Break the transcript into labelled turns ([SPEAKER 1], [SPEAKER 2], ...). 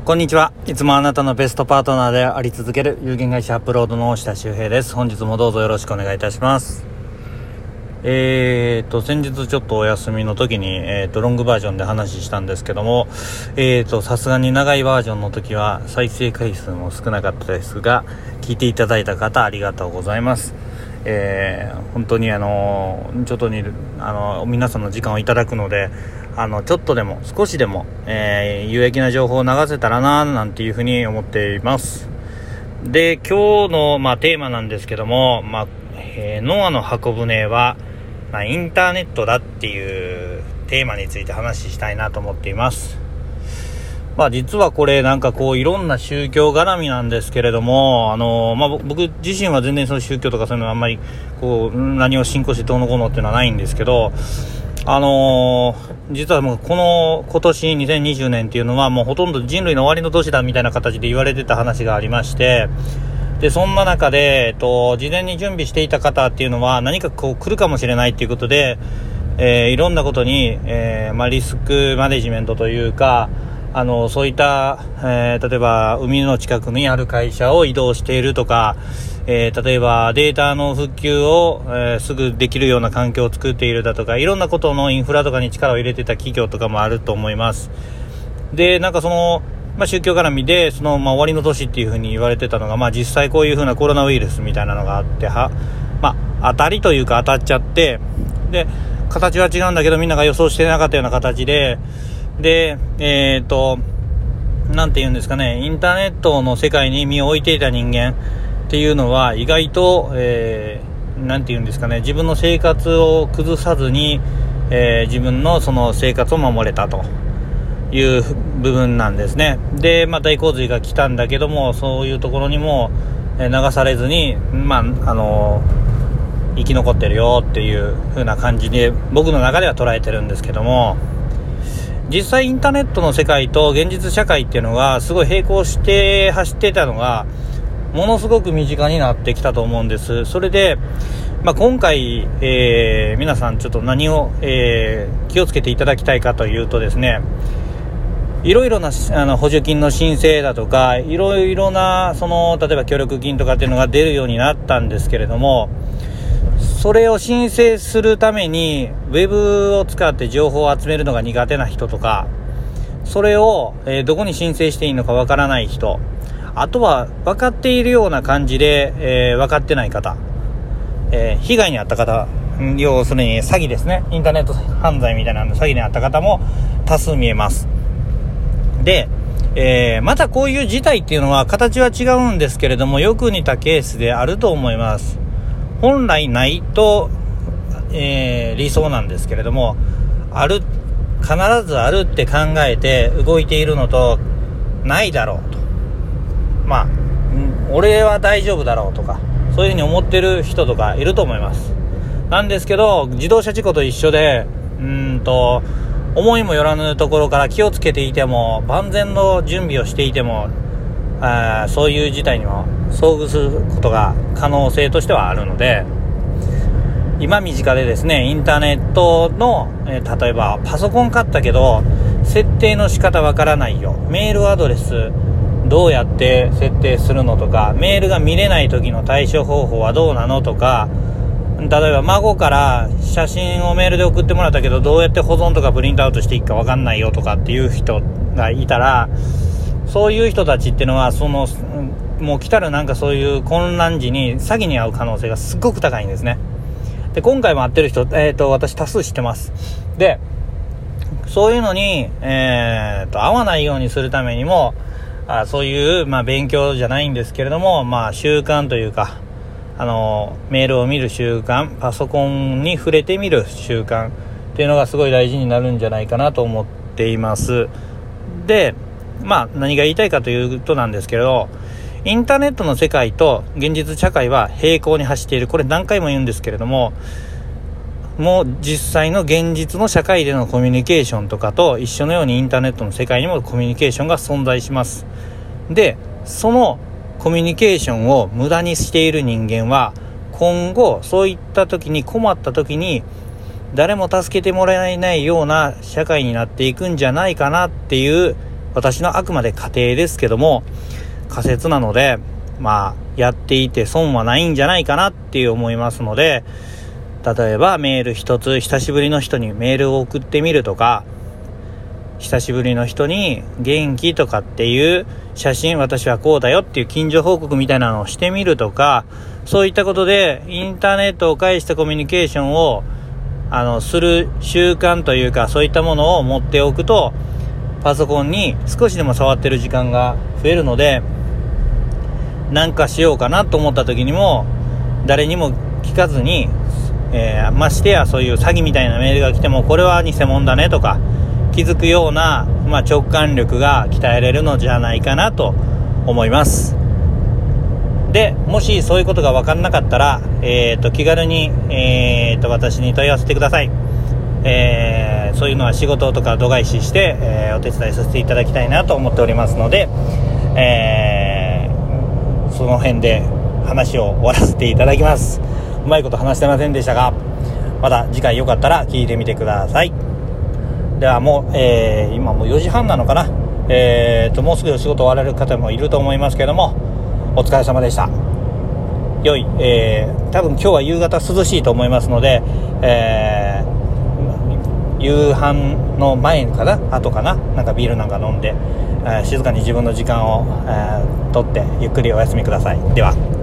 [SPEAKER 1] こんにちは。いつもあなたのベストパートナーであり続ける有限会社アップロードの下周平です。本日もどうぞよろしくお願いいたします。先日ちょっとお休みの時に、ロングバージョンで話したんですけども、さすがに長いバージョンの時は再生回数も少なかったですが、聞いていただいた方ありがとうございます。本当にちょっと皆さんの時間をいただくので、ちょっとでも少しでも、有益な情報を流せたらななんていうふうに思っています。で、今日の、テーマなんですけども、ノアの箱舟は、インターネットだっていうテーマについて話したいなと思っています。実はこれいろんな宗教絡みなんですけれども、僕自身は全然その宗教とかそういうのはあんまり何を信仰してどうのこうのっていうのはないんですけど、実はもう今年2020年っていうのはもうほとんど人類の終わりの年だみたいな形で言われてた話がありまして、でそんな中で、事前に準備していた方っていうのは何か来るかもしれないっていうことで、いろんなことに、リスクマネジメントというか、そういった、例えば海の近くにある会社を移動しているとか、例えばデータの復旧を、すぐできるような環境を作っているだとか、いろんなことのインフラとかに力を入れてた企業とかもあると思います。で宗教絡みで終わりの年っていう風に言われてたのが、実際こういう風なコロナウイルスみたいなのがあって当たりというか当たっちゃって、で形は違うんだけどみんなが予想してなかったような形でなんて言うんですかね、インターネットの世界に身を置いていた人間っていうのは意外と、なんて言うんですかね、自分の生活を崩さずに、自分のその生活を守れたという部分なんですね。で、大洪水が来たんだけども、そういうところにも流されずに、生き残ってるよっていう風な感じで僕の中では捉えてるんですけども、実際インターネットの世界と現実社会っていうのがすごい並行して走っていたのがものすごく身近になってきたと思うんです。それで、今回、皆さんちょっと何を、気をつけていただきたいかというとですね、いろいろな補助金の申請だとか、いろいろな例えば協力金とかっていうのが出るようになったんですけれども、それを申請するためにウェブを使って情報を集めるのが苦手な人とか、それを、どこに申請していいのかわからない人、あとは分かっているような感じで、分かってない方、被害に遭った方、要するに詐欺ですね、インターネット犯罪みたいなの詐欺に遭った方も多数見えます。で、またこういう事態っていうのは形は違うんですけれども、よく似たケースであると思います。本来ないと、理想なんですけれども、必ずあるって考えて動いているのと、ないだろうと、俺は大丈夫だろうとか、そういうふうに思ってる人とかいると思います。なんですけど、自動車事故と一緒で、思いもよらぬところから気をつけていても、万全の準備をしていても、そういう事態にも遭遇することが可能性としてはあるので、今身近でですね、インターネットの、例えばパソコン買ったけど設定の仕方わからないよ、メールアドレスどうやって設定するのとか、メールが見れない時の対処方法はどうなのとか、例えば孫から写真をメールで送ってもらったけどどうやって保存とかプリントアウトしていいかわかんないよとかっていう人がいたら、そういう人たちっていうのはもう来たらそういう混乱時に詐欺に遭う可能性がすごく高いんですね。で、今回も会ってる人、私多数知ってます。で、そういうのに、会わないようにするためにも、そういう、勉強じゃないんですけれども、習慣というか、メールを見る習慣、パソコンに触れてみる習慣っていうのがすごい大事になるんじゃないかなと思っています。で、何が言いたいかというとなんですけど、インターネットの世界と現実社会は並行に走っている。これ何回も言うんですけれども、もう実際の現実の社会でのコミュニケーションとかと一緒のようにインターネットの世界にもコミュニケーションが存在します。で、そのコミュニケーションを無駄にしている人間は今後そういった時に困った時に誰も助けてもらえないような社会になっていくんじゃないかなっていう私のあくまで仮定ですけども、仮説なので、やっていて損はないんじゃないかなって思いますので、例えばメール一つ、久しぶりの人にメールを送ってみるとか、久しぶりの人に元気とかっていう写真、私はこうだよっていう近所報告みたいなのをしてみるとか、そういったことでインターネットを介したコミュニケーションをする習慣というか、そういったものを持っておくと、パソコンに少しでも触ってる時間が増えるので、なんかしようかなと思った時にも誰にも聞かずに、ましてやそういう詐欺みたいなメールが来ても、これは偽物だねとか気づくような、直感力が鍛えれるのじゃないかなと思います。で、もしそういうことが分からなかったら、気軽に、私に問い合わせてください。そういうのは仕事とか度外視して、お手伝いさせていただきたいなと思っておりますので、その辺で話を終わらせていただきます。うまいこと話してませんでしたが、また次回よかったら聞いてみてください。ではもう、今もう4時半なのかな。もうすぐ仕事終わられる方もいると思いますけども、お疲れ様でした。良い、多分今日は夕方涼しいと思いますので、夕飯の前かな、後かな、なんかビールなんか飲んで、静かに自分の時間を、とってゆっくりお休みください。では。